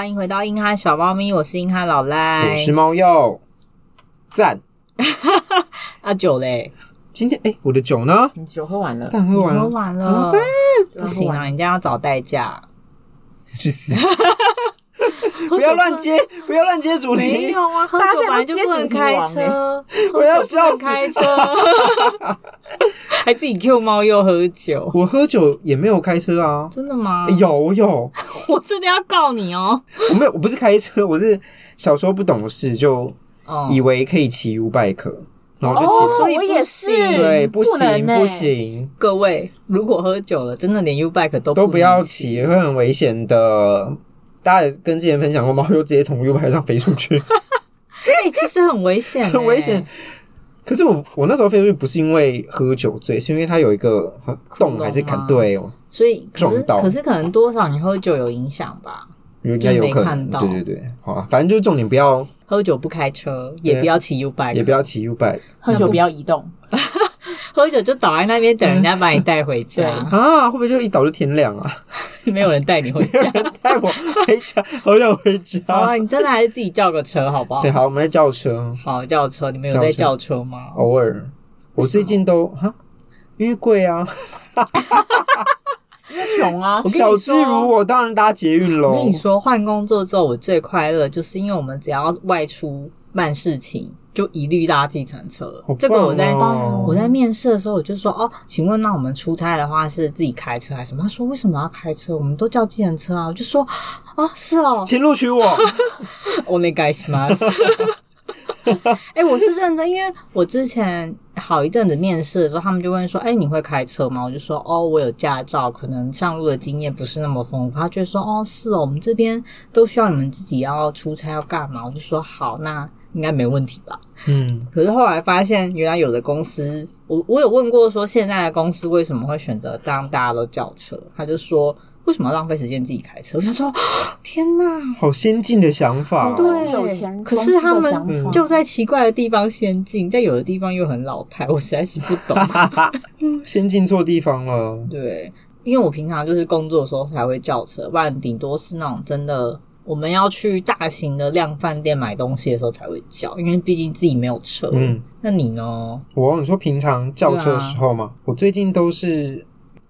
欢迎回到硬汉小猫咪，我是硬汉老赖， 我是猫鼬，赞。 啊酒嘞， 今天我的酒呢？ 你酒喝完了， 但喝完了， 喝完了， 怎么办？ 不行啊，你这样要找代驾。 去死！不要乱接，不要乱接主题。 没有啊，喝酒本来就不能开车， 我要笑死！ 开车，还自己 Q 猫又喝酒。 我喝酒也没有开车啊， 真的吗？ 有， 我真的要告你哦！ 我不是开车，我是小时候不懂事就以为可以骑 U-Bike。然后就骑了， 所以我也是， 对，不行不行。 各位，如果喝酒了，真的连 U-Bike 都不要骑，会很危险的。大家也跟之前分享过，猫又直接从 U-Bike 上飞出去。 其实很危险， 很危险。可是我那时候飞出去不是因为喝酒醉，是因为它有一个洞还是砍对哦， 所以撞到。 可是可能多少你喝酒有影响吧？ 应该有可能，对，好啊，反正就是重点不要喝酒不开车，也不要骑 U-Bike， 也不要骑 U-Bike， 喝酒不要移动， 喝酒就倒在那边等人家把你带回家啊！会不会就一倒就天亮啊？ 没有人带你回家， 没有人带我回家，好想回家。 好啊，你真的还是自己叫个车好不好？ 对，好，我们来叫车。 好，叫车，你们有在叫车吗？ 偶尔，我最近都因为贵啊。 穷啊！ 小资如我，当然搭捷运咯。 我跟你说，换工作之后我最快乐，就是因为我们只要外出办事情，就一律搭计程车。这个我在面试的时候我就说请问那我们出差的话是自己开车还是什么？他说为什么要开车？我们都叫计程车啊。我就说是哦， 请录取我。 お願いします。我是认真，因为我之前好一阵子面试的时候，他们就问说你会开车吗？我就说我有驾照，可能上路的经验不是那么丰富。他就说是哦，我们这边都需要你们自己要出差要干嘛？我就说好，那应该没问题吧。可是后来发现原来有的公司，我有问过说现在的公司为什么会选择让大家都叫车，他就说为什么要浪费时间自己开车？我想说天哪， 好先进的想法。 对， 有钱， 可是他们就在奇怪的地方先进，在有的地方又很老派，我实在是不懂。 先进错地方了。 对，因为我平常就是工作的时候才会叫车，不然顶多是那种真的我们要去大型的量贩店买东西的时候才会叫，因为毕竟自己没有车。那你呢？ 你说平常叫车的时候吗？我最近都是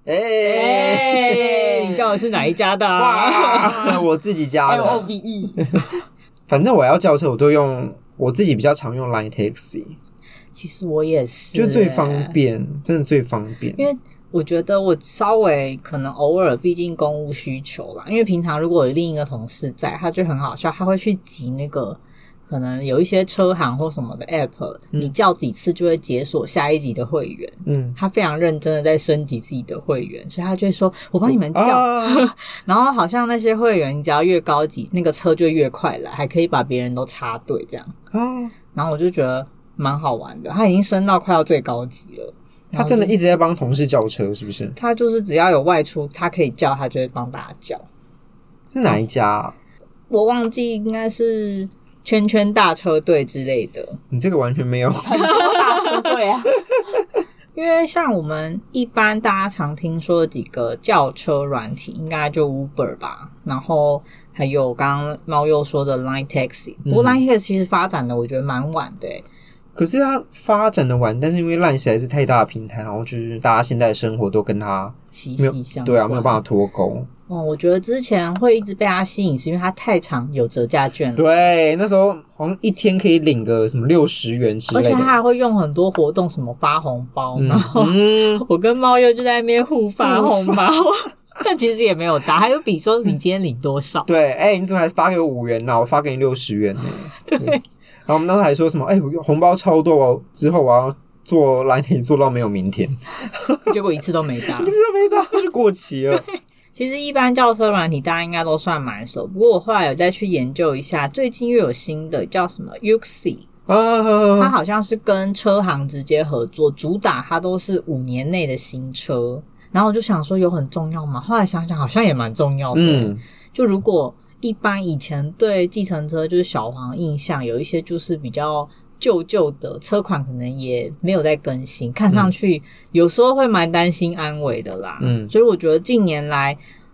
你叫的是哪一家的啊？ 我自己家的 LOVE。 反正我要叫车我都用我自己比较常用 Line Taxi。 其实我也是， 就最方便，真的最方便。 因为我觉得我稍微可能偶尔，毕竟公务需求啦，因为平常如果有另一个同事在，他就很好笑，他会去集那个可能有一些车行或什么的 app，你叫几次就会解锁下一集的会员。他非常认真的在升级自己的会员，所以他就会说我帮你们叫然后好像那些会员你只要越高级，那个车就越快来，还可以把别人都插队这样然后我就觉得蛮好玩的，他已经升到快要最高级了。 他真的一直在帮同事叫车是不是？ 他就是只要有外出他可以叫，他就会帮大家叫。 是哪一家啊？ 我忘记，应该是圈圈大车队之类的。 你这个完全没有很多大车队啊。 因为像我们一般大家常听说的几个叫车软体，应该就 Uber 吧，然后还有刚刚猫又说的 Line Taxi。不过 Line Taxi 其实发展的我觉得蛮晚的可是它发展的晚，但是因为 LINE 实在是太大的平台，然后就是大家现在的生活都跟它息息相关。 对啊，没有办法脱钩。 我觉得之前会一直被它吸引，是因为它太常有折价券了。 对，那时候好像一天可以领个什么60元之类的， 而且它还会用很多活动，什么发红包，然后我跟猫又就在那边互发红包。但其实也没有大，还有比说你今天领多少。 对，你怎么还是发给我5元呢？我发给你60元呢。 对。 然后我们当时还说什么红包超多之后我要做来你做到没有明天。 结果一次都没打。 一次都没打就过期了。 其实一般叫车软体大家应该都算蛮熟，不过我后来有再去研究一下，最近又有新的叫什么 Uxi，它好像是跟车行直接合作，主打它都是5年内的新车。然后我就想说有很重要吗？后来想想好像也蛮重要的。就如果一般以前对计程车就是小黄印象有一些就是比较旧的车款，可能也没有在更新，看上去有时候会蛮担心安危的啦。所以我觉得近年来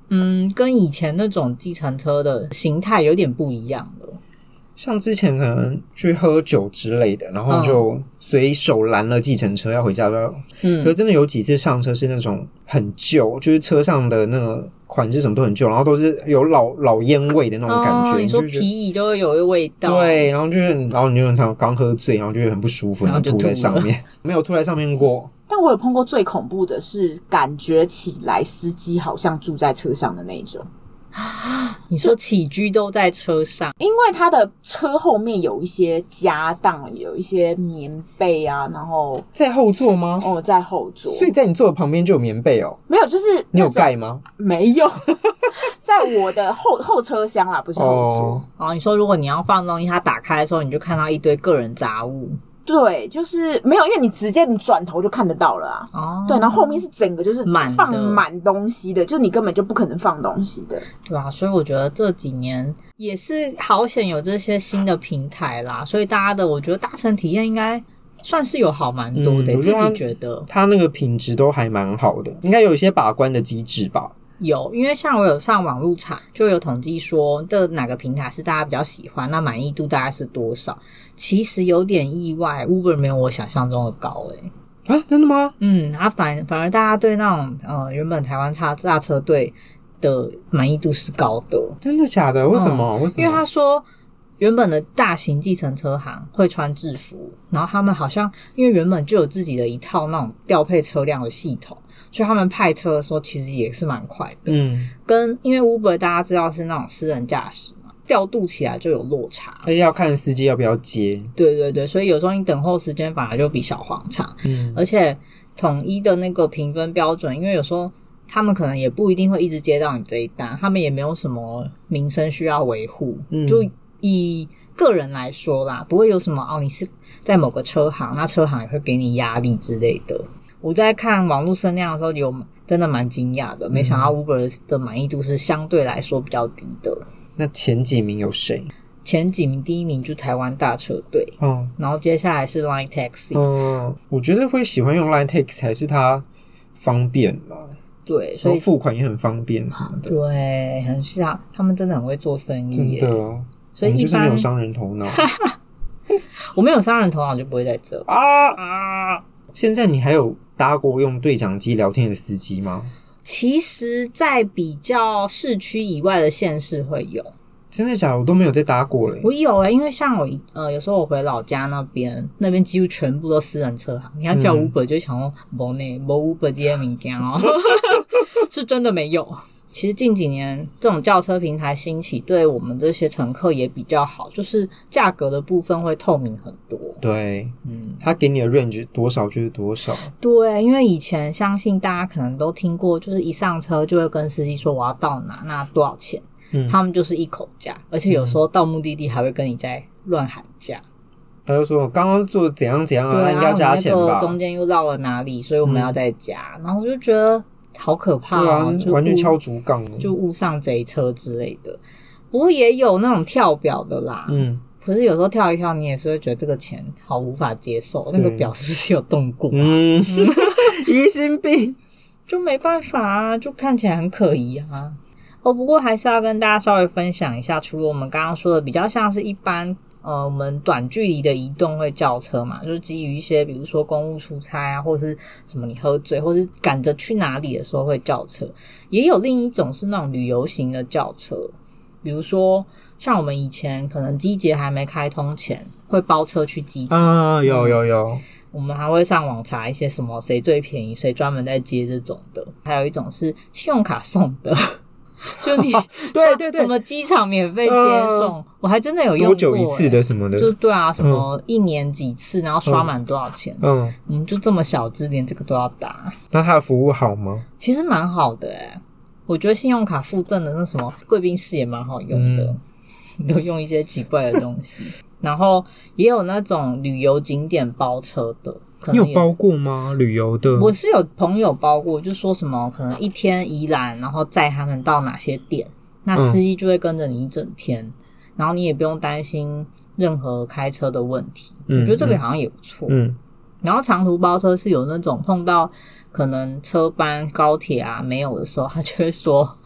跟以前那种计程车的形态有点不一样了。 像之前可能去喝酒之类的，然后就随手拦了计程车要回家的。可是真的有几次上车是那种很旧，就是车上的那个款式什么都很旧，然后都是有老烟味的那种感觉。 你说皮椅就会有一味道。 对，然后你就常刚喝醉，然后就会很不舒服，然后吐在上面。没有吐在上面过。 但我有碰过最恐怖的是，感觉起来司机好像住在车上的那一种。 你说起居都在车上， 因为他的车后面有一些家当，有一些棉被啊，然后在后座吗？ 在后座， 所以在你坐的旁边就有棉被哦。 没有，就是你有盖吗？ 没有，在我的后车厢啦，不是后座。 你说如果你要放东西，它打开的时候，你就看到一堆个人杂物。 对，就是没有，因为你直接你转头就看得到了啊。对，然后后面是整个就是放满东西的，就是你根本就不可能放东西的。 对啊，所以我觉得这几年也是好险有这些新的平台啦，所以大家的我觉得搭乘体验应该算是有好蛮多的，自己觉得它那个品质都还蛮好的，应该有一些把关的机制吧。 有，因为像我有上网路查，就有统计说这哪个平台是大家比较喜欢，那满意度大概是多少。其实有点意外 Uber 没有我想象中的高真的吗？ 反而大家对那种原本台湾大车队的满意度是高的。 真的假的？为什么？ 因为他说原本的大型计程车行会穿制服，然后他们好像因为原本就有自己的一套那种调配车辆的系统，所以他们派车的时候其实也是蛮快的。跟因为 Uber 大家知道是那种私人驾驶嘛，调度起来就有落差， 而且要看司机要不要接。 对对对，所以有时候你等候时间反而就比小黄长。而且统一的那个评分标准，因为有时候他们可能也不一定会一直接到你这一单，他们也没有什么民生需要维护，就以个人来说啦，不会有什么你是在某个车行，那车行也会给你压力之类的。我在看网络声量的时候有真的蛮惊讶的，没想到 Uber 的满意度是相对来说比较低的。 那前几名有谁？ 前几名，第一名就台湾大车队，然后接下来是 Line Taxi。 我觉得会喜欢用 Line Taxi 还是它方便啦。 对，所以付款也很方便什么的。 对，很像他们真的很会做生意耶。 真的所以一般就是没有商人头脑。 我没有商人头脑就不会在这现在你还有搭过用对讲机聊天的司机吗？ 其实在比较市区以外的县市会有。 真的假的？我都没有再搭过嘞。 我有因为像我有时候我回老家那边几乎全部都私人车行，你要叫 Uber 就想说没 Uber 这些物件是真的没有。其实近几年这种轿车平台兴起，对我们这些乘客也比较好，就是价格的部分会透明很多。 对，他给你的 range 多少就是多少。 对，因为以前相信大家可能都听过，就是一上车就会跟司机说我要到哪，那多少钱。他们就是一口价，而且有时候到目的地还会跟你在乱喊价。 他就说刚刚做怎样怎样对， 应该要加钱吧， 然后那个中间又绕了哪里，所以我们要再加。然后我就觉得好可怕对完全敲竹杠， 就误上贼车之类的。不过也有那种跳表的啦，可是有时候跳一跳你也是会觉得这个钱好无法接受，那个表是不是有动过疑心病就没办法啊，就看起来很可疑啊。不过还是要跟大家稍微分享一下，除了我们刚刚说的比较像是一般我们短距离的移动会叫车嘛，就是基于一些比如说公务出差啊，或是什么你喝醉或是赶着去哪里的时候会叫车。也有另一种是那种旅游型的叫车，比如说像我们以前可能机捷还没开通前会包车去机场有我们还会上网查一些什么谁最便宜谁专门在接这种的。还有一种是信用卡送的就你对什么机场免费接送我还真的有用过多久一次的什么的， 就对啊，什么一年几次然后刷满多少钱就这么小资连这个都要打。 那它的服务好吗？ 其实蛮好的我觉得信用卡附赠的那什么贵宾室也蛮好用的都用一些奇怪的东西然后也有那种旅游景点包车的。 你有包过吗？旅游的我是有朋友包过，就说什么可能一天宜兰然后载他们到哪些点，那司机就会跟着你一整天然后你也不用担心任何开车的问题我觉得这个好像也不错然后长途包车是有那种碰到可能车班高铁啊没有的时候他就会说比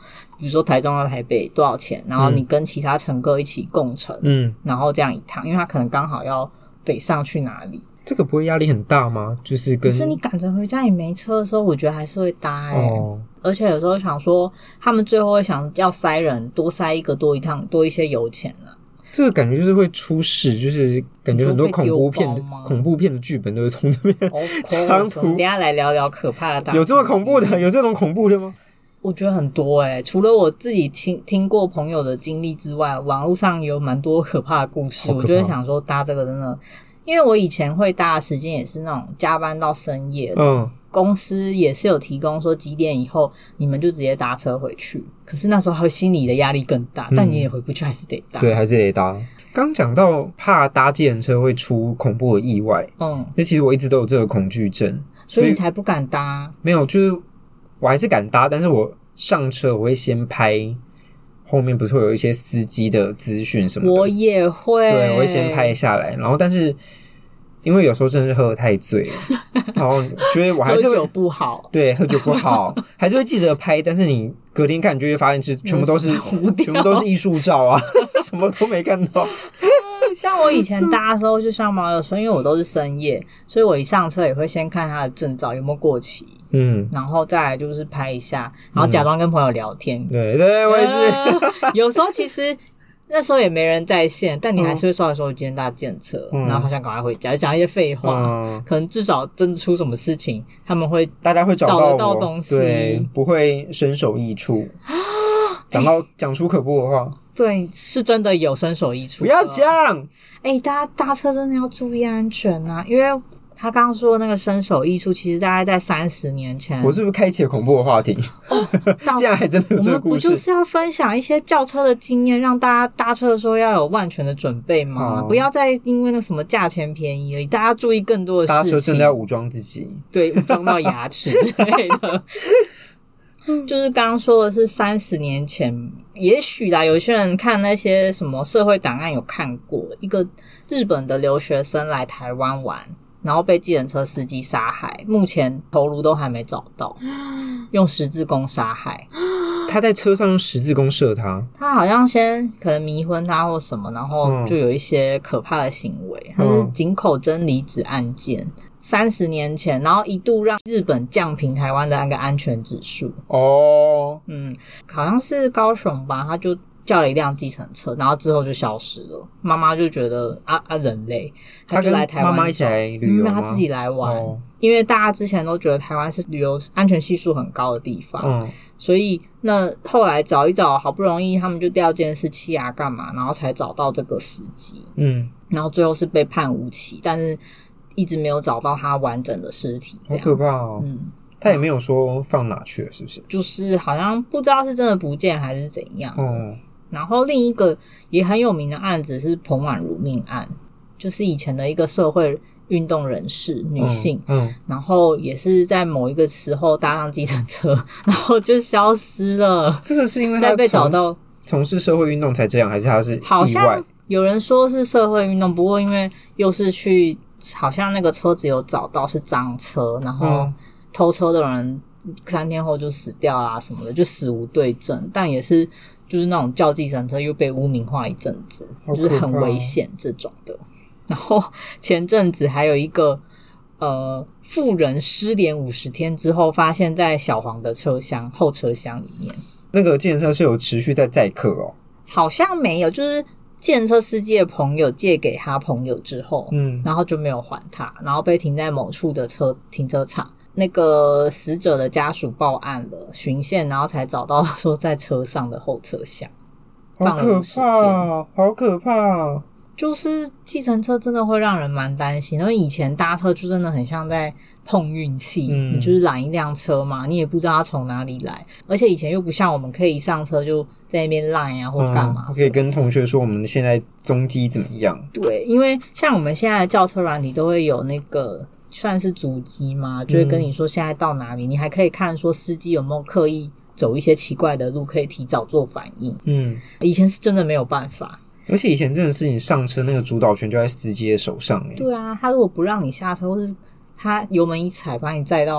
比如说台中到台北多少钱，然后你跟其他乘客一起共乘，然后这样一趟，因为他可能刚好要北上去哪里。 这个不会压力很大吗？就是可是你赶着回家你没车的时候，我觉得还是会搭而且有时候想说他们最后会想要塞人，多塞一个多一趟多一些油钱啦。 这个感觉就是会出事，就是感觉很多恐怖片的剧本都是从这边长途。 等一下来聊聊可怕的大。 有这么恐怖的？有这种恐怖的吗？ 我觉得很多除了我自己听过朋友的经历之外，网络上有蛮多可怕的故事。我就会想说搭这个真的，因为我以前会搭的时间也是那种加班到深夜的，公司也是有提供说几点以后你们就直接搭车回去，可是那时候心理的压力更大，但你也回不去，还是得搭。 对，还是得搭。刚讲到怕搭计程车会出恐怖的意外，那其实我一直都有这个恐惧症， 所以你才不敢搭。 没有，就是我还是敢搭，但是我上车我会先拍后面不是会有一些司机的资讯什么的， 我也会， 对，我会先拍下来，然后但是因为有时候真的是喝得太醉了，然后觉得我还是喝酒不好， 对，喝酒不好，还是会记得拍，但是你隔天看就会发现是全部都是艺术照啊，什么都没看到。 像我以前搭的时候，就像猫有说，因为我都是深夜，所以我一上车也会先看他的证照有没有过期，然后再来就是拍一下，然后假装跟朋友聊天。 对，我也是。 有时候其实那时候也没人在线，但你还是会稍微说今天搭计程车，然后好像赶快回家，讲一些废话，可能至少真的出什么事情， 大家会找得到东西， 对，不会身首异处。讲出可怖的话， 对，是真的有身首异处。 不要讲， 大家搭车真的要注意安全啊！因为他刚刚说的那个身首异处，其实大概在30年前。 我是不是开启了恐怖的话题？竟然还真的有这个故事。 我们不就是要分享一些轿车的经验，让大家搭车的时候要有万全的准备吗？不要再因为那什么价钱便宜而已，大家注意更多的事情。 搭车真的要武装自己， 对，武装到牙齿之类的。就是刚刚说的是30年前，也许啦，有些人看那些什么社会档案有看过，一个日本的留学生来台湾玩，然后被计程车司机杀害，目前头颅都还没找到，用十字弓杀害。 他在车上用十字弓射他， 他好像先可能迷昏他或什么，然后就有一些可怕的行为。他是井口真理子案件。30年前，然后一度让日本降评台湾的那个安全指数。好像是高雄吧，他就叫了一辆计程车，然后之后就消失了。妈妈就觉得人类，他就来台湾， 妈妈一起来旅游吗？ 他自己来玩，因为大家之前都觉得台湾是旅游安全系数很高的地方，所以那后来找一找，好不容易他们就调监视器啊，干嘛，然后才找到这个司机。然后最后是被判无期，但是一直没有找到他完整的尸体，这样好可怕哦。他也没有说放哪去了，是不是？ 就是好像不知道是真的不见还是怎样。然后另一个也很有名的案子是彭婉如命案，就是以前的一个社会运动人士女性，然后也是在某一个时候搭上计程车，然后就消失了。 这个是因为再被找到从事社会运动才这样，还是他是意外？ 好像有人说是社会运动，不过因为又是去。好像那个车子有找到是赃车，然后偷车的人3天后就死掉啊什么的，就死无对证，但也是就是那种叫计程车又被污名化一阵子，就是很危险这种的。然后前阵子还有一个妇人失联50天之后，发现在小黄的后车厢里面。 那个计程车是有持续在载客哦？ 好像没有，就是计程车司机的朋友借给他朋友之后，然后就没有还他，然后被停在某处的停车场。那个死者的家属报案了，巡线，然后才找到说在车上的后车厢。 好可怕，好可怕！ 就是计程车真的会让人蛮担心，因为以前搭车就真的很像在碰运气，你就是拦一辆车嘛，你也不知道他从哪里来，而且以前又不像我们可以一上车就在那边赖啊或干嘛， 可以跟同学说我们现在踪迹怎么样。 对，因为像我们现在的轿车软体都会有那个算是足迹嘛，就会跟你说现在到哪里，你还可以看说司机有没有刻意走一些奇怪的路，可以提早做反应。以前是真的没有办法， 而且以前真的是你上车那个主导权就在司机的手上。 对啊，他如果不让你下车，或是他油门一踩把你载到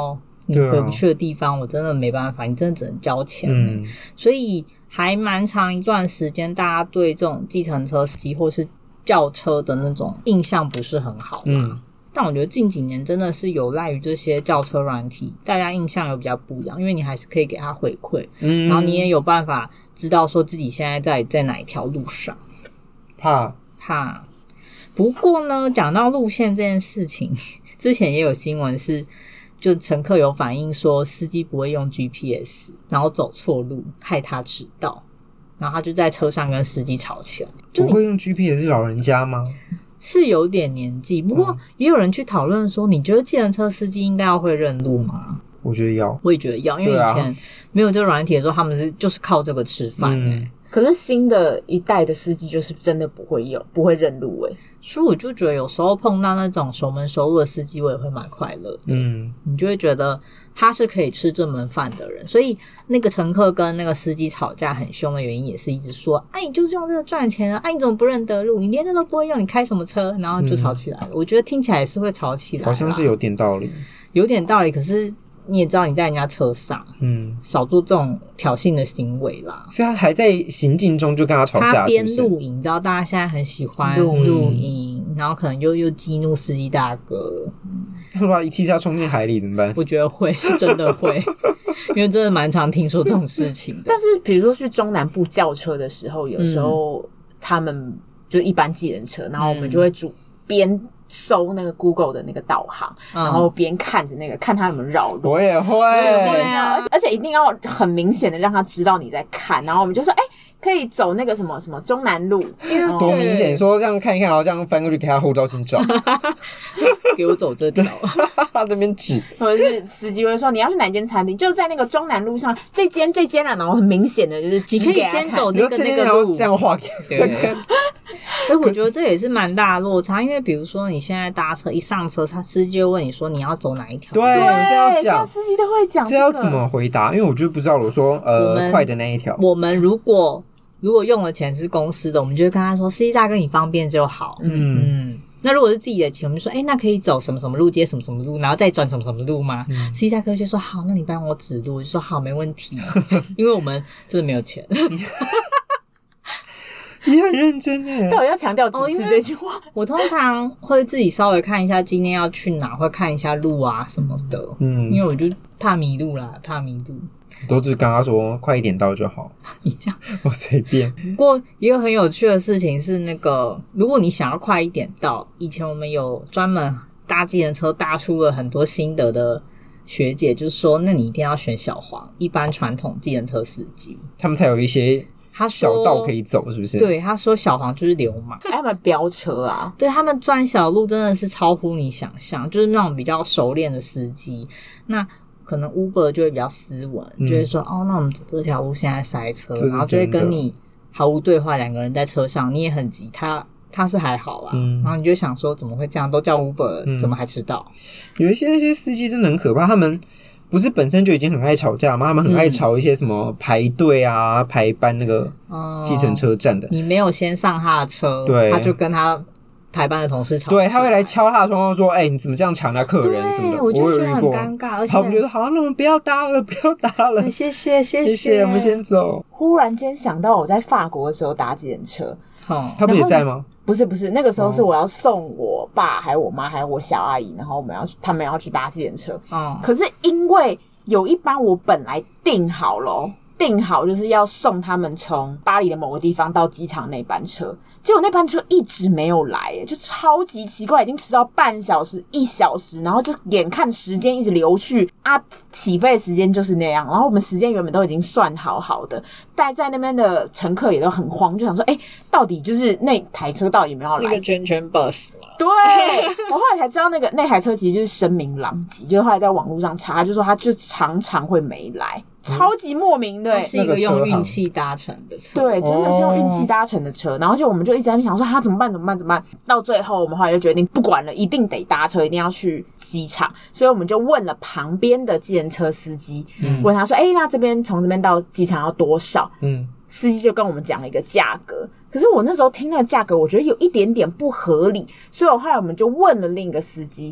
你回不去的地方，我真的没办法，你真的只能交钱。所以还蛮长一段时间，大家对这种计程车司机或是轿车的那种印象不是很好嘛。但我觉得近几年真的是有赖于这些轿车软体，大家印象有比较不一样，因为你还是可以给他回馈，然后你也有办法知道说自己现在在哪一条路上。怕。不过呢，讲到路线这件事情，之前也有新闻是，就乘客有反映说司机不会用 GPS， 然后走错路，害他迟到，然后他就在车上跟司机吵起来。 不会用 GPS 是老人家吗？ 是有点年纪，不过也有人去讨论说，你觉得计程车司机应该要会认路吗？ 我觉得要， 我也觉得要，因为以前没有这个软体的时候，他们就是靠这个吃饭可是新的一代的司机就是真的不会认路所以我就觉得有时候碰到那种熟门熟路的司机，我也会蛮快乐的。你就会觉得他是可以吃这门饭的人。所以那个乘客跟那个司机吵架很凶的原因，也是一直说，你就是用这个赚钱啊，你怎么不认得路？你连这都不会用，你开什么车？然后就吵起来了。我觉得听起来也是会吵起来， 好像是有点道理。 可是你也知道你在人家车上，少做这种挑衅的行为啦。 所以他还在行进中就跟他吵架， 他边录影，你知道大家现在很喜欢录影，然后可能又激怒司机大哥。 他把一汽车冲进海里怎么办？ 我觉得会，是真的会，因为真的蛮常听说这种事情的。 但是比如说去中南部叫车的时候，有时候他们就一般计程车，然后我们就会边搜那个 Google 的那个导航，然后边看着那个看他有没有绕路。 我也会， 而且一定要很明显的让他知道你在看，然后我们就说可以走那个什么什么中南路， 多明显，说这样看一看，然后这样翻过去给他后照镜照， 给我走这条， 他这边指， 或者是司机会说你要去哪间餐厅，就在那个中南路上这间啊，然后很明显的就是你可以先走那个路， 这样画给他看。 所以我觉得这也是蛮大的落差，因为比如说你现在搭车一上车，他司机就问你说你要走哪一条路， 对，这要讲， 司机都会讲， 这要怎么回答？因为我就不知道，我说快的那一条， 我们如果用的钱是公司的，我们就会跟他说司机大哥你方便就好。那如果是自己的钱，我们就说那可以走什么什么路接什么什么路，然后再转什么什么路吗？司机大哥就说好，那你帮我指路，我就说好，没问题。因为我们真的没有钱。 你很认真耶， 到底要强调几次这句话？ 我通常会自己稍微看一下今天要去哪，会看一下路啊什么的。因为我就怕迷路啦， 都是跟他说快一点到就好。 你这样我随便。 不过一个很有趣的事情是，那个如果你想要快一点到，以前我们有专门搭计程车搭出了很多心得的学姐，就是说那你一定要选小黄，一般传统计程车司机，他们才有一些小道可以走，是不是？ 对，他说小黄就是流氓， 他们飙车啊， 对，他们钻小路真的是超乎你想象，就是那种比较熟练的司机，那可能 Uber 就会比较斯文，就会说那我们走这条路现在塞车，然后就会跟你毫无对话，两个人在车上，你也很急，他是还好啦，然后你就想说怎么会这样，都叫 Uber，怎么还迟到？ 有一些那些司机真的很可怕，他们不是本身就已经很爱吵架吗？他们很爱吵一些什么排队啊、排班那个计程车站的， 你没有先上他的车，对，他就跟他排班的同事吵， 对，他会来敲他的窗户说：“你怎么这样抢人家客人什么的？” 我就觉得很尴尬，而且我们觉得好，那我们不要搭了， 谢谢， 我们先走。 忽然间想到我在法国的时候搭计程车， 他不也在吗？ 不是，那个时候是我要送我爸还有我妈还有我小阿姨，然后他们要去搭计程车。可是因为有一班我本来订好就是要送他们从巴黎的某个地方到机场那班车，结果那班车一直没有来，就超级奇怪，已经迟到半小时、1小时，然后就眼看时间一直流去啊，起飞的时间就是那样，然后我们时间原本都已经算好的，待在那边的乘客也都很慌，就想说到底就是那台车到底有没有来？ 那个圈 bus 嘛。 对，我后来才知道那台车其实就是声名狼藉，就是后来在网络上查，他就说他就常常会没来，超级莫名的， 是一个用运气搭乘的车， 对，真的是用运气搭乘的车。然后就我们就一直在想说怎么办？到最后我们后来就决定不管了，一定得搭车，一定要去机场，所以我们就问了旁边的计程车司机，问他说：“那这边从这边到机场要多少？”司机就跟我们讲了一个价格，可是我那时候听那个价格，我觉得有一点点不合理，所以我后来我们就问了另一个司机，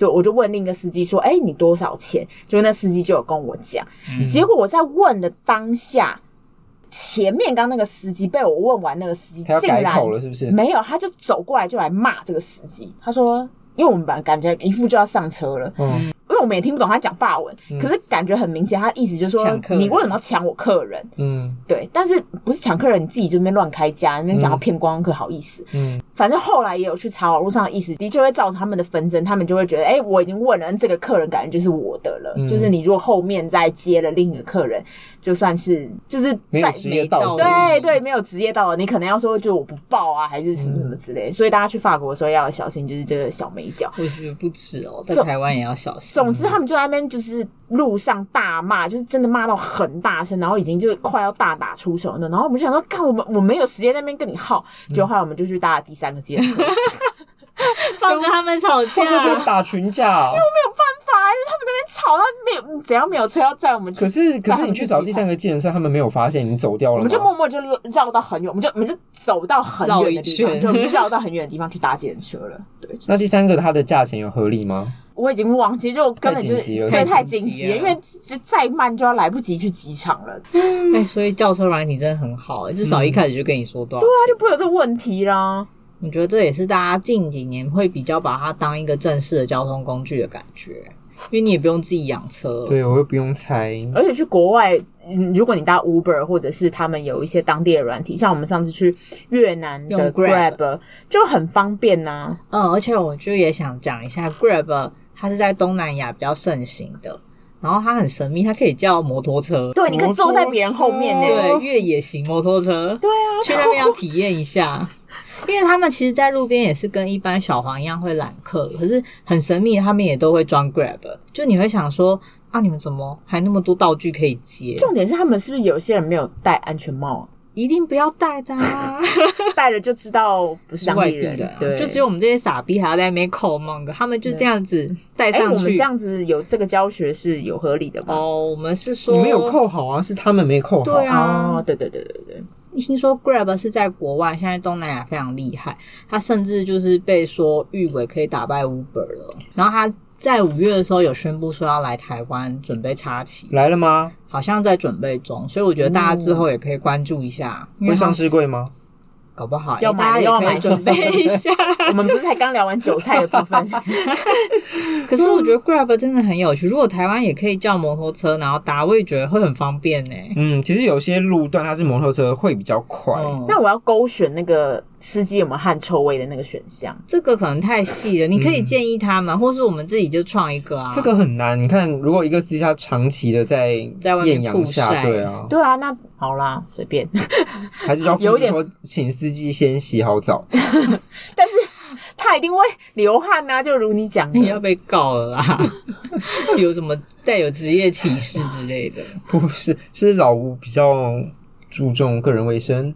就我就问另一个司机说你多少钱，就那司机就有跟我讲，结果我在问的当下，前面刚那个司机被我问完，那个司机他要改口了是不是？ 没有，他就走过来就来骂这个司机，他说因为我们本来感觉一副就要上车了，因为我们也听不懂他讲法文，可是感觉很明显，他意思就是说你为什么要抢我客人？对，但是不是抢客人，你自己这边乱开价，那边想要骗观光客，好意思。反正后来也有去查网络上的意思，的确会造成他们的纷争，他们就会觉得，我已经问了，这个客人感觉就是我的了，就是你如果后面再接了另一个客人，就算是就是没有职业道德， 对，没有职业道德，你可能要说就我不报啊，还是什么什么之类的。所以大家去法国的时候要小心，就是这个小美角。 我觉得不止在台湾也要小心。 总之他们就在那边就是路上大骂，就是真的骂到很大声，然后已经就是快要大打出手了。然后我们就想说，看我没有时间在那边跟你耗，结果后来我们就去搭了第3个计程车， 放着他们吵架， 会不会打群架？因为我没有办法，就是他们那边吵到没有怎样没有车要载我们去。 可是你去找第3个计程车，他们没有发现你走掉了吗？ 我们就默默就绕到很远，我们就走到很远的地方，就绕到很远的地方去搭计程车了。对， 那第3个它的价钱有合理吗？ 我已经忘记，就根本就是太紧急了，因为再慢就要来不及去机场了。 所以叫车软体真的很好，至少一开始就跟你说多少钱， 对啊，就不会有这个问题啦。 我觉得这也是大家近几年会比较把它当一个正式的交通工具的感觉，因为你也不用自己养车， 对，我又不用猜。 而且去国外，如果你搭 Uber 或者是他们有一些当地的软体，像我们上次去越南的 Grab 就很方便啊。 而且我就也想讲一下 Grab， 它是在东南亚比较盛行的。然后它很神秘，它可以叫摩托车， 对，你可以坐在别人后面对，越野型摩托车， 对啊， 去那边要体验一下。因为他们其实在路边也是跟一般小黄一样会揽客，可是很神秘，他们也都会装 Grab， 就你会想说啊，你们怎么还那么多道具可以接？ 重点是他们是不是有些人没有戴安全帽？ 一定不要戴的啊， 戴了就知道不是当地人的，对， 就只有我们这些傻逼还要在那边扣梦的，他们就这样子戴上去。 我们这样子有这个教学是有合理的吗？ 我们是说你们有扣好啊，是他们没扣好。 对啊， 对。 听说 Grab 是在国外，现在东南亚非常厉害，它甚至就是被说誉为可以打败 Uber 了。然后它在5月的时候有宣布说要来台湾准备插旗， 来了吗？ 好像在准备中，所以我觉得大家之后也可以关注一下。 会上市柜吗？ 搞不好要大家也可以准备一下。 我们不是才刚聊完韭菜的部分。 可是我觉得 Grab 真的很有趣，如果台湾也可以叫摩托车然后搭，我也觉得会很方便欸。 其实有些路段它是摩托车会比较快。 那我要勾选那个司机有没有汗臭味的那个选项， 这个可能太细了，你可以建议他们，或是我们自己就创一个啊。 这个很难，你看如果一个司机他长期的在艳阳下，对啊， 那好啦，随便。 还是要付出说请司机先洗好澡。 但是他一定会流汗啊，就如你讲的， 你要被告了啦。有什么带有职业歧视之类的？ 不是，是老吴比较注重个人卫生，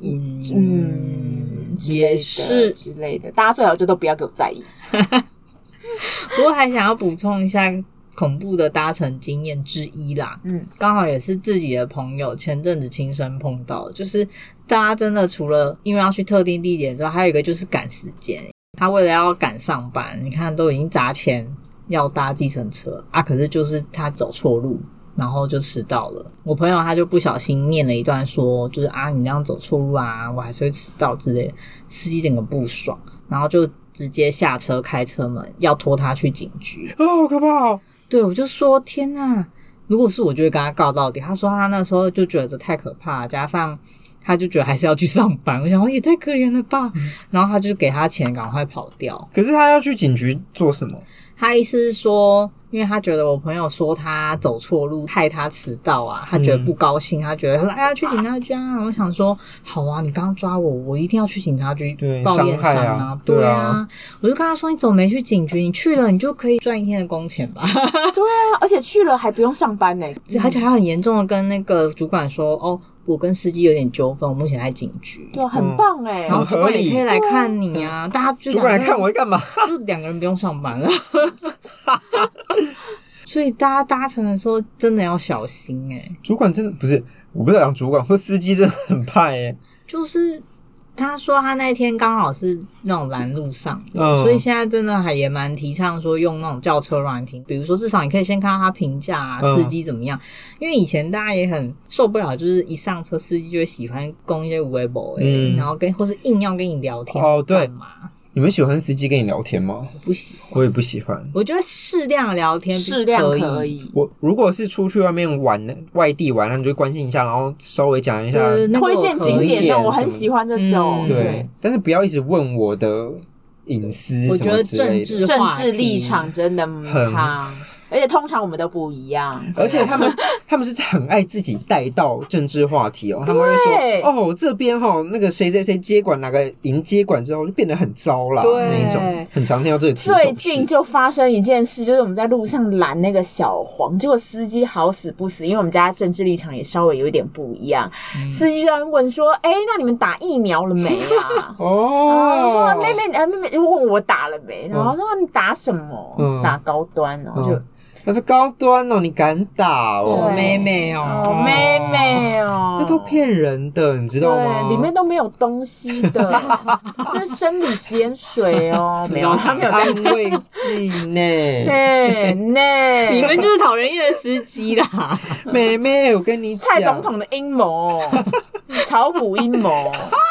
也是之类的，大家最好就都不要给我在意。 不过还想要补充一下恐怖的搭乘经验之一啦，刚好也是自己的朋友前阵子亲身碰到的，就是大家真的除了因为要去特定地点之后，还有一个就是赶时间。他为了要赶上班，你看都已经砸钱要搭计程车啊，可是就是他走错路，然后就迟到了。我朋友他就不小心念了一段说，就是啊你这样走错路啊，我还是会迟到之类的。司机整个不爽，然后就直接下车开车门要拖他去警局。 好可怕哦！ 对，我就说天哪，如果是我就会跟他告到底。他说他那时候就觉得太可怕了，加上他就觉得还是要去上班，我想说也太可怜了吧。然后他就给他钱赶快跑掉。 可是他要去警局做什么？ 他意思是说，因为他觉得我朋友说他走错路害他迟到啊，他觉得不高兴，他觉得哎呀去警察局啊。我想说好啊，你刚刚抓我，我一定要去警察局报验伤啊。对啊，我就跟他说你怎么没去警局？你去了你就可以赚1天的工钱吧。 对啊，而且去了还不用上班呢。 而且还很严重的跟那个主管说哦，我跟司机有点纠纷，我目前在警局。 对啊，很棒欸。 然后主管也可以来看你啊，大家就主管来看我会干嘛？ 就2个人不用上班了。所以大家搭乘的时候真的要小心欸。 主管真的不是，我不是讲主管，或司机真的很派欸。 就是他说他那天刚好是那种拦路上的，所以现在真的也蛮提倡说用那种叫车软体，比如说至少你可以先看到他评价啊，司机怎么样。因为以前大家也很受不了，就是一上车司机就会喜欢供一些微博然后或是硬要跟你聊天。对嘛？ 你们喜欢司机跟你聊天吗？ 我不喜欢， 我也不喜欢。 我觉得适量聊天适量可以。 我如果是出去外面玩、外地玩，那你就关心一下，然后稍微讲一下推荐景点的，我很喜欢这种。 对，但是不要一直问我的隐私什么之类的。 我觉得政治立场真的很烫。而且通常我们都不一样， 而且他们是很爱自己带到政治话题他们会说这边那个谁谁谁接管哪个营接管之后就变得很糟啦，那一种很常听到这个起手式。 最近就发生一件事，就是我们在路上拦那个小黄，结果司机好死不死，因为我们家政治立场也稍微有一点不一样，司机就在问说那你们打疫苗了没啊？然后说妹妹问我打了没，然后说你打什么？打高端，然后就那是高端你敢打妹妹妹妹那都骗人的，你知道吗？ 里面都没有东西的，是生理食盐水没有，他没有安慰剂呢。 你们就是讨人厌的司机啦， 妹妹，我跟你讲， 蔡总统的阴谋，炒股阴谋。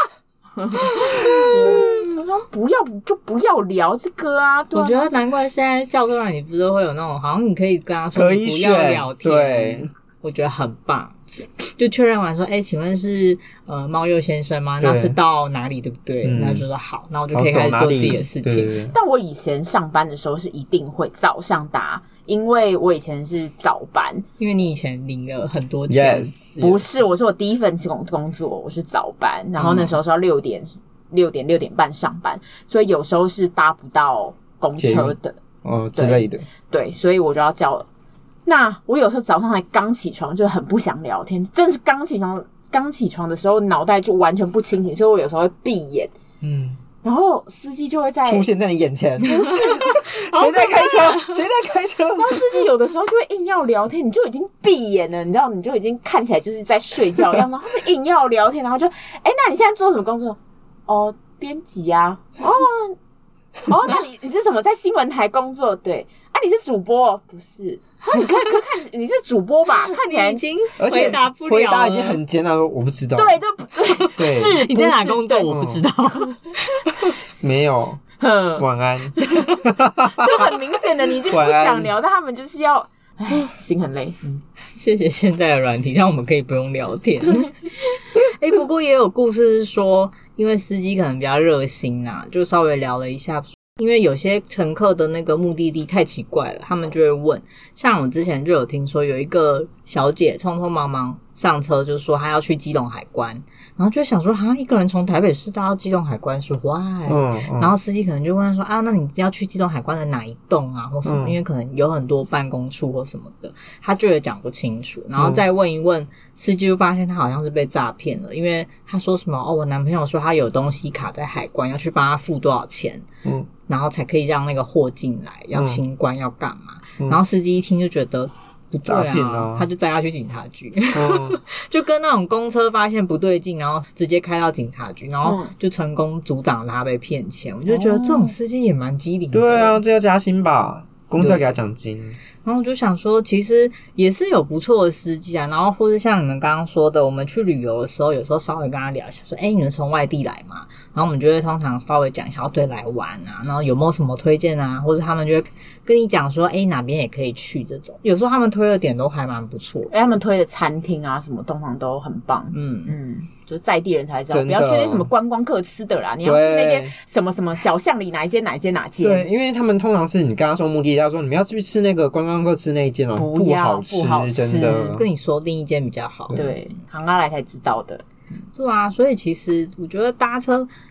我说不要聊这个啊！ 我觉得难怪现在教科软体不是会有那种，好像你可以跟他说你不要聊天， 对， 我觉得很棒。就确认完说，请问是猫鼬先生吗？那是到哪里，对不对？那就说好，那我就可以开始做自己的事情。 对， 但我以前上班的时候是一定会早上打。因为我以前是早班， 因为你以前领了很多钱。 Yes. 不是，我说我第一份工作我是早班，然后那时候是要6点半上班，所以有时候是搭不到公车的之类的。 对，所以我就要叫了。那我有时候早上还刚起床，就很不想聊天，真是刚起床的时候脑袋就完全不清醒，所以我有时候会闭眼。然后司机就会出现在你眼前， 不是谁在开车？谁在开车？ 然后司机有的时候就会硬要聊天，你就已经闭眼了，你知道，你就已经看起来就是在睡觉一样，然后他们硬要聊天，然后就那你现在做什么工作？编辑啊。那你是什么？在新闻台工作？对。你是主播？不是。你可看你是主播吧？看起来已经回答不了了， 回答已经很简单，我不知道。 对，是你在哪工作？我不知道。 没有。晚安。 就很明显的，你就不想聊，但他们就是要，心很累。 谢谢现在的软体，让我们可以不用聊天。不过也有故事是说，因为司机可能比较热心就稍微聊了一下。因为有些乘客的那个目的地太奇怪了，他们就会问。像我之前就有听说，有一个小姐匆匆忙忙上车，就说她要去基隆海关，然后就想说一个人从台北市到基隆海关是 why？然后司机可能就问她说那你要去基隆海关的哪一栋啊或什么？因为可能有很多办公处或什么的，他就也讲不清楚。然后再问一问，司机就发现他好像是被诈骗了，因为他说什么我男朋友说他有东西卡在海关，要去帮他付多少钱，然后才可以让那个货进来，要清关要干嘛？然后司机一听就觉得不对他就载他去警察局，就跟那种公车发现不对劲，然后直接开到警察局，然后就成功阻挡了他被骗钱。我就觉得这种司机也蛮机灵的。 对啊，这要加薪吧？公司要给他奖金。 然后我就想说，其实也是有不错的司机然后或是像你们刚刚说的，我们去旅游的时候，有时候稍微跟他聊一下，说你们从外地来嘛？然后我们就会通常稍微讲一下对来玩然后有没有什么推荐或者他们就会跟你讲说哪边也可以去这种。有时候他们推的点都还蛮不错的， 他们推的餐厅什么通常都很棒。就在地人才知道，不要去那什么观光客吃的啦，你要去那间什么什么小巷里哪一间。 对，因为他们通常是你刚刚说目的地，要说你们要去吃那个观光客吃那一间不好吃，真的。 跟你说另一间比较好。 对，行来才知道的。 对啊，所以其实我觉得搭车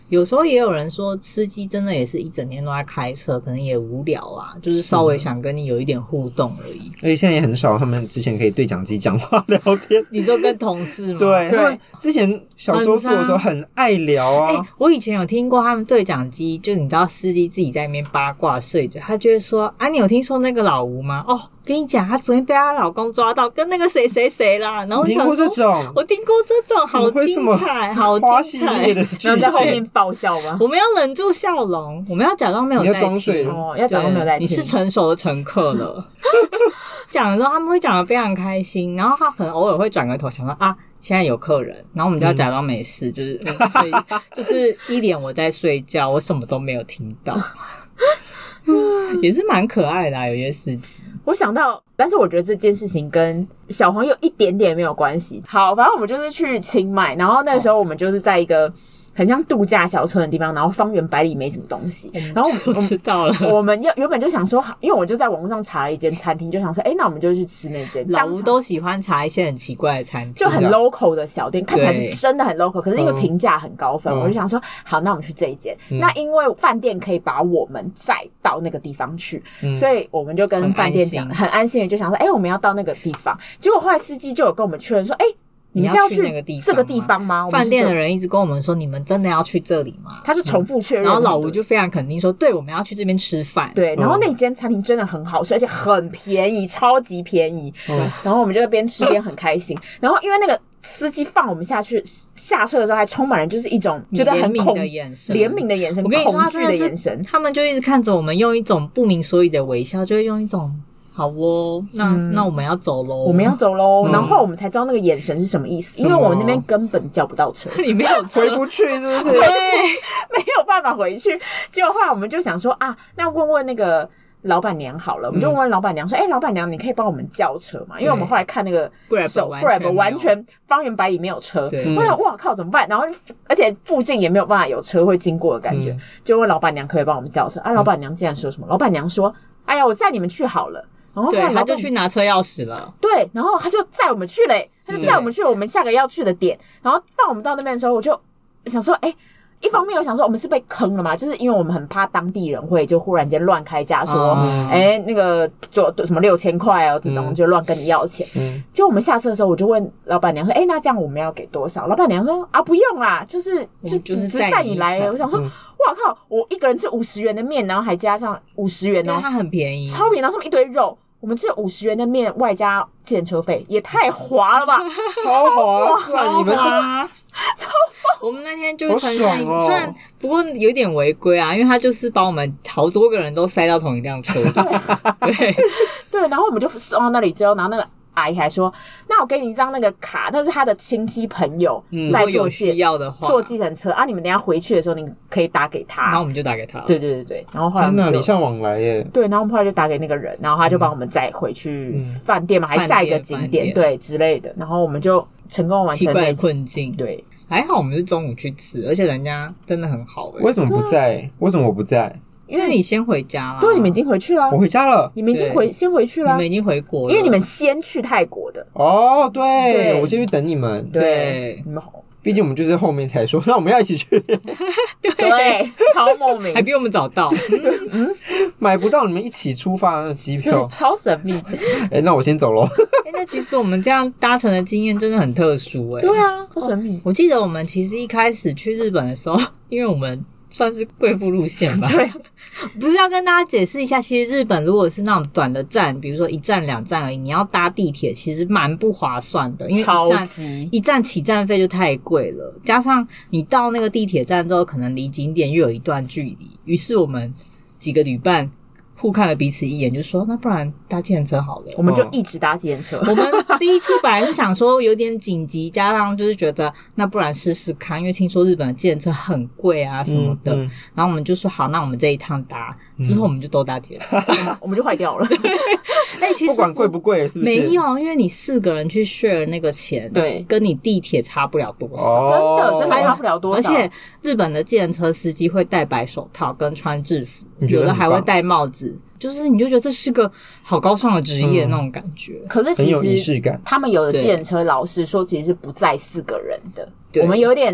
有时候也有人说，司机真的也是一整天都在开车，可能也无聊啦，就是稍微想跟你有一点互动而已。 而且现在也很少，他们之前可以对讲机讲话聊天。 你说跟同事吗？ 对，他们之前小时候做的时候很爱聊啊。 我以前有听过他们对讲机，就你知道司机自己在那边八卦睡着，他就会说啊，你有听说那个老吴吗？哦，跟你讲，她昨天被她老公抓到跟那个谁谁谁啦。然后我想说， 听过这种？ 我听过这种，好精彩，好精彩。 然后在后面爆笑吗？ 我们要忍住笑容，我们要假装没有在听， 你要装睡要假装没有在听。 你是成熟的乘客了。讲的时候他们会讲得非常开心，然后他可能偶尔会转个头想说啊，现在有客人，然后我们就要假装没事，就是一脸我在睡觉，我什么都没有听到。也是蛮可爱的有些司机。 我想到，但是我觉得这件事情跟小黄有一点点没有关系。好，反正我们就是去清迈，然后那个时候我们就是在一个很像度假小村的地方，然后方圆百里没什么东西。然后我知道了， 我们原本就想说，因为我就在网络上查了一间餐厅，就想说，那我们就去吃那间。 老吴都喜欢查一些很奇怪的餐厅， 就很 local 的小店，看起来是真的很 local， 可是因为评价很高分，我就想说，好，那我们去这一间。那因为饭店可以把我们载到那个地方去，所以我们就跟饭店讲，很安心的就想说，我们要到那个地方。结果后来司机就有跟我们确认说，你们是要去这个地方吗？ 饭店的人一直跟我们说，你们真的要去这里吗？ 他就重复确认， 然后老吴就非常肯定说，对，我们要去这边吃饭。 对，然后那间餐厅真的很好吃，而且很便宜，超级便宜。然后我们就边吃边很开心。然后因为那个司机放我们下车的时候，还充满了就是一种觉得很怜悯的眼神， 怜悯的眼神， 我跟你说恐惧的眼神。 他们就一直看着我们，用一种不明所以的微笑，就会用一种。好哦，那我们要走咯， 我们要走咯。然后我们才知道那个眼神是什么意思，因为我们那边根本叫不到车， 你没有车回不去是不是？ 对，没有办法回去。结果后来我们就想说啊，那问问那个老板娘好了，我们就问老板娘说，老板娘，你可以帮我们叫车吗？因为我们后来看那个 Grab 完全方圆百里没有车，我想哇靠怎么办？然后而且附近也没有办法有车会经过的感觉，就问老板娘可以帮我们叫车啊。老板娘竟然说什么？老板娘说，哎呀，我载你们去好了。然后对，他就去拿车钥匙了。 对，然后他就载我们去了，他就载我们去我们下个要去的点。然后放我们到那边的时候，我就想说，一方面我想说我们是被坑了嘛，就是因为我们很怕当地人会就忽然间乱开价说，那个做什么6000块哦，这种就乱跟你要钱。结果我们下车的时候，我就问老板娘说，那这样我们要给多少？老板娘说啊，不用啦，就是载你来。我想说。哇靠！我一个人吃50元的面，然后还加上50元哦， 因为它很便宜， 超便宜，然后上面一堆肉。我们吃50元的面，外加计程车费，也太划了吧！ 超划算，你们超划。 我们那天就虽然不过有点违规啊，因为他就是把我们好多个人都塞到同一辆车。 对，然后我们就送到那里之后，然后那个阿姨还说：“那我给你一张那个卡，那是他的亲戚朋友在做需要的话坐计程车啊，你们等一下回去的时候你可以打给他。” 然后我们就打给他。 对，然后后来天哪，礼尚往来耶！ 对，然后我们后来就打给那个人，然后他就帮我们再回去饭店嘛，还下一个景点对之类的，然后我们就成功完成奇怪的困境。 对， 还好我们是中午去吃，而且人家真的很好。 为什么不在？为什么我不在？ 因为你先回家了。 对，你们已经回去了。 我回家了。 你们已经先回去了。 你们已经回国了。 因为你们先去泰国的。 哦，对，我先去等你们。 对，你们好。 毕竟我们就是后面才说，那我们要一起去。 对，超莫名， 还比我们早到。 买不到你们一起出发的机票， 超神秘。 那我先走咯。 那其实我们这样搭乘的经验真的很特殊对啊，好神秘。 我记得我们其实一开始去日本的时候，因为我们算是贵妇路线吧。 对， 不是要跟大家解释一下，其实日本如果是那种短的站，比如说1站2站而已，你要搭地铁其实蛮不划算的，因为一站起站费就太贵了，加上你到那个地铁站之后，可能离景点又有一段距离，于是我们几个旅伴互看了彼此一眼，就说那不然搭计程车好了。 我们就一直搭计程车。 我们第一次本来是想说有点紧急，加上就是觉得那不然试试看，因为听说日本的计程车很贵啊什么的。然后我们就说好，那我们这一趟搭，之后我们就都搭计程车， 我们就坏掉了。 其实不管贵不贵，是不是？ 没有，因为你4个人去 share 那个钱， 对， 跟你地铁差不了多少， 真的差不了多少。 而且日本的计程车司机会戴白手套跟穿制服，有的还会戴帽子，就是你就觉得这是个好高尚的职业那种感觉。 可是其很有仪式感， 他们有的计程车老师说其实是不载4个人的，我们有点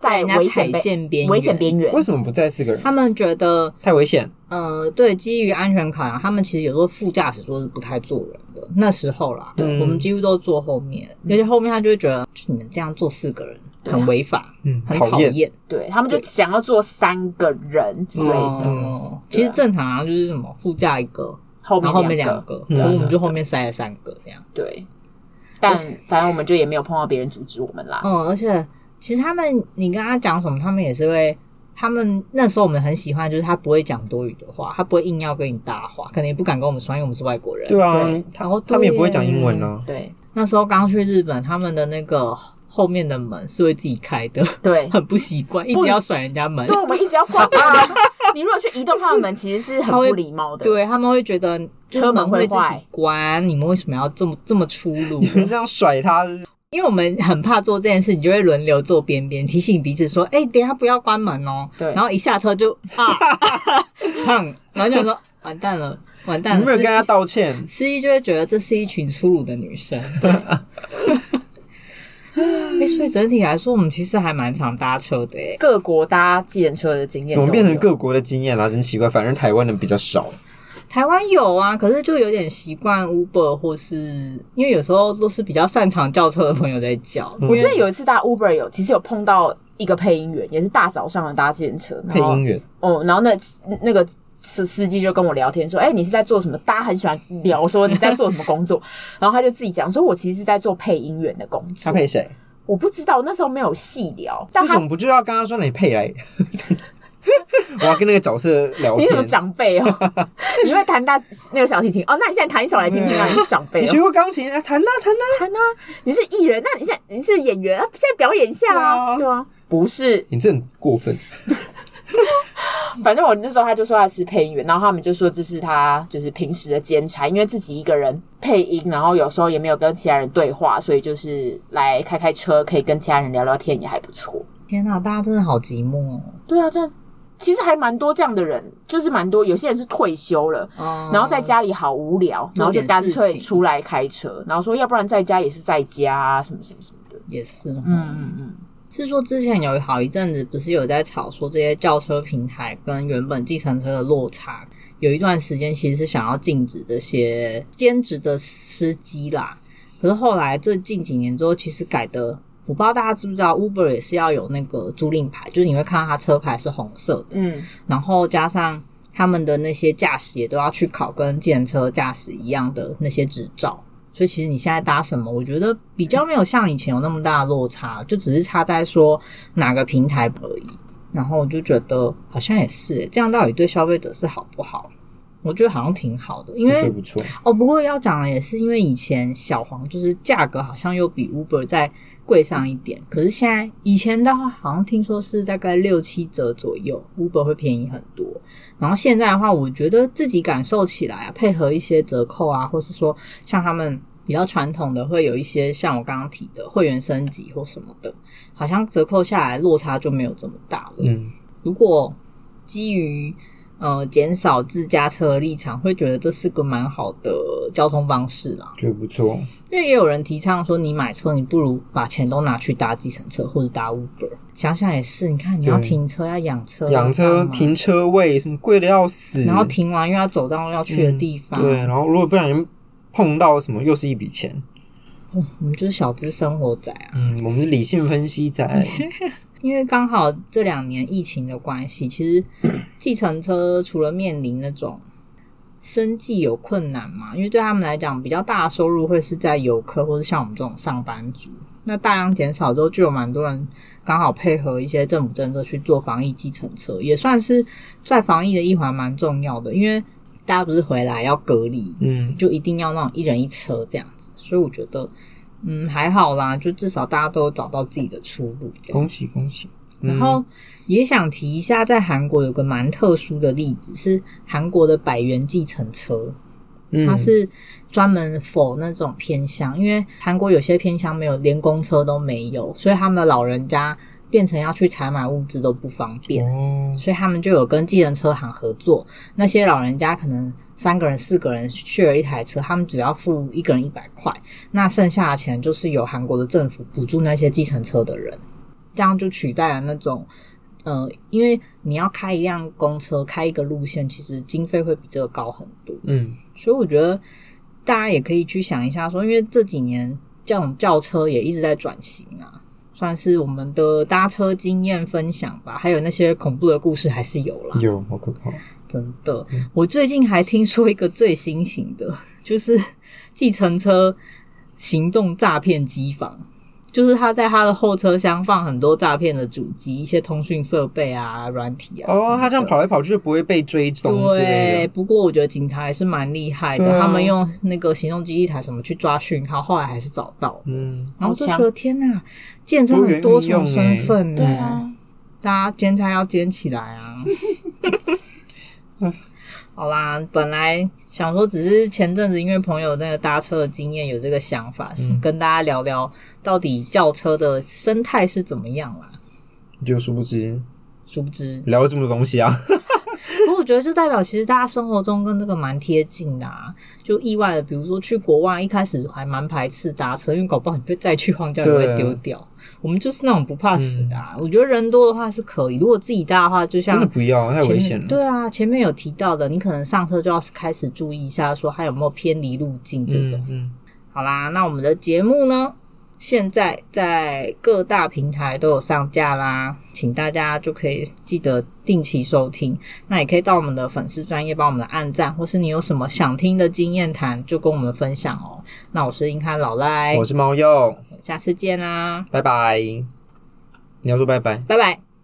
在危险边缘。 为什么不载4个人？ 他们觉得太危险。 对，基于安全考量，他们其实有时候副驾驶座是不太坐人的。那时候啦，我们几乎都坐后面，而且后面他就会觉得你们这样坐4个人很违法，很讨厌。 对，他们就想要坐3个人之类的。 其实正常啊，就是什么副驾1个，然后后面2个，然后我们就后面塞了3个这样。 对，但反正我们就也没有碰到别人阻止我们啦。 而且其实你跟他讲什么，他们也是会。他们那时候我们很喜欢，就是他不会讲多余的话，他不会硬要跟你搭话，可能也不敢跟我们说，因为我们是外国人。 对啊，他们也不会讲英文啊。 对， 那时候刚去日本，他们的那个后面的门是会自己开的， 对， 很不习惯，一直要甩人家门。 对，我们一直要关门。你如果去移动他的门，其实是很不礼貌的。 对，他们会觉得车门会自己关，你们为什么要这么粗鲁？ 你们这样甩他。 因为我们很怕做这件事，你就会轮流坐边边，提醒彼此说：“等一下不要关门哦。” 对， 然后一下车就砰，然后就说：“完蛋了，完蛋了！” 你没有跟他道歉， 司机就会觉得这是一群粗鲁的女生。对，所以整体来说，我们其实还蛮常搭车的耶。 各国搭计程车的经验怎么变成各国的经验啦？真奇怪，反正台湾的比较少。 台湾有啊，可是就有点习惯 Uber， 或是因为有时候都是比较擅长叫车的朋友在叫。 我记得有一次搭 Uber 其实有碰到一个配音员，也是大早上的搭计程车。 配音员然后那个司机就跟我聊天说：“你是在做什么？”大家很喜欢聊说你在做什么工作，然后他就自己讲说：“我其实是在做配音员的工作。” 他配谁？ 我不知道，那时候没有细聊。 这种不就要跟他说你配来？我要跟那个角色聊天。 你什么长辈哦？你会弹那个小提琴哦？那你现在弹一首来听听啊！你是长辈、哦， 你学过钢琴？弹啊！ 你是艺人，那你是演员，现在表演一下啊！对啊，不是， 你这很过分。 反正我那时候他就说他是配音员，然后他们就说这是他就是平时的兼差，因为自己一个人配音，然后有时候也没有跟其他人对话，所以就是来开车，可以跟其他人聊聊天也还不错。 天哪，大家真的好寂寞哦。 对啊，其实还蛮多这样的人，就是蛮多。有些人是退休了，然后在家里好无聊，然后就干脆出来开车，然后说要不然在家也是在家啊，什么什么什么的。 也是，是说之前有好一阵子不是有在吵说这些轿车平台跟原本计程车的落差，有一段时间其实是想要禁止这些兼职的司机啦。可是后来这近几年之后，其实改的。我不知道大家知不知道 Uber 也是要有那个租赁牌，就是你会看到它车牌是红色的，然后加上他们的那些驾驶也都要去考跟计程车驾驶一样的那些执照，所以其实你现在搭什么，我觉得比较没有像以前有那么大的落差，就只是差在说哪个平台而已。然后我就觉得好像也是这样到底对消费者是好不好？我觉得好像挺好的，因为不错不过要讲的也是因为以前小黄就是价格好像又比 Uber 再贵上一点，可是现在以前的话好像听说是大概6-7折左右 Uber 会便宜很多，然后现在的话我觉得自己感受起来啊，配合一些折扣啊，或是说像他们比较传统的会有一些像我刚刚提的会员升级或什么的，好像折扣下来落差就没有这么大了。如果基于减少自家车的立场，会觉得这是个蛮好的交通方式啦， 觉得不错。 因为也有人提倡说，你买车，你不如把钱都拿去搭计程车或者搭 Uber。想想也是，你看你要停车，要养车， 停车位什么贵的要死， 然后停完又要走到要去的地方， 对，然后如果不小心碰到什么，又是一笔钱。 我们就是小资生活仔啊。 我们是理性分析仔。 因为刚好这2年疫情的关系，其实计程车除了面临那种生计有困难嘛，因为对他们来讲比较大的收入会是在游客或是像我们这种上班族，那大量减少之后就有蛮多人刚好配合一些政府政策去做防疫计程车，也算是在防疫的一环蛮重要的，因为大家不是回来要隔离，就一定要那种一人一车这样子，所以我觉得还好啦，就至少大家都有找到自己的出路这样。 恭喜恭喜。 然后也想提一下，在韩国有个蛮特殊的例子，是韩国的百元计程车，它是专门 for 那种偏乡，因为韩国有些偏乡没有，连公车都没有，所以他们的老人家变成要去采买物资都不方便，所以他们就有跟计程车行合作，那些老人家可能3个人4个人share一台车，他们只要付1个人100块，那剩下的钱就是由韩国的政府补助那些计程车的人。 这样就取代了那种因为你要开一辆公车开一个路线，其实经费会比这个高很多。所以我觉得大家也可以去想一下说，因为这几年这种轿车也一直在转型啊，算是我们的搭车经验分享吧，还有那些恐怖的故事还是有啦。 有，好可怕。 真的，我最近还听说一个最新型的，就是计程车行动诈骗机房，就是他在他的后车厢放很多诈骗的主机，一些通讯设备啊、软体啊。 他这样跑来跑去就不会被追踪之类的。 对，不过我觉得警察还是蛮厉害的，他们用那个行动基地台什么去抓讯号，后来还是找到。然后就觉得天哪，计程车很多重身份对啊， 大家兼差要兼起来啊。好啦，本来想说只是前阵子因为朋友那个搭车的经验有这个想法，跟大家聊聊到底轿车的生态是怎么样啦。 就殊不知聊了这么多东西啊。 不过我觉得就代表其实大家生活中跟这个蛮贴近的啊，就意外的比如说去国外一开始还蛮排斥搭车，因为搞不好你被载去荒郊也会丢掉。我们就是那种不怕死的啊，我觉得人多的话是可以，如果自己搭的话就像真的不要，太危险了。 对啊，前面有提到的，你可能上车就要开始注意一下说还有没有偏离路径这种。好啦，那我们的节目呢现在在各大平台都有上架啦，请大家就可以记得定期收听，那也可以到我们的粉丝专页帮我们的按赞，或是你有什么想听的经验谈就跟我们分享哦。那我是硬汉老赖， 我是猫鼬， 下次见啦， 拜拜。你要说拜拜？ 拜拜。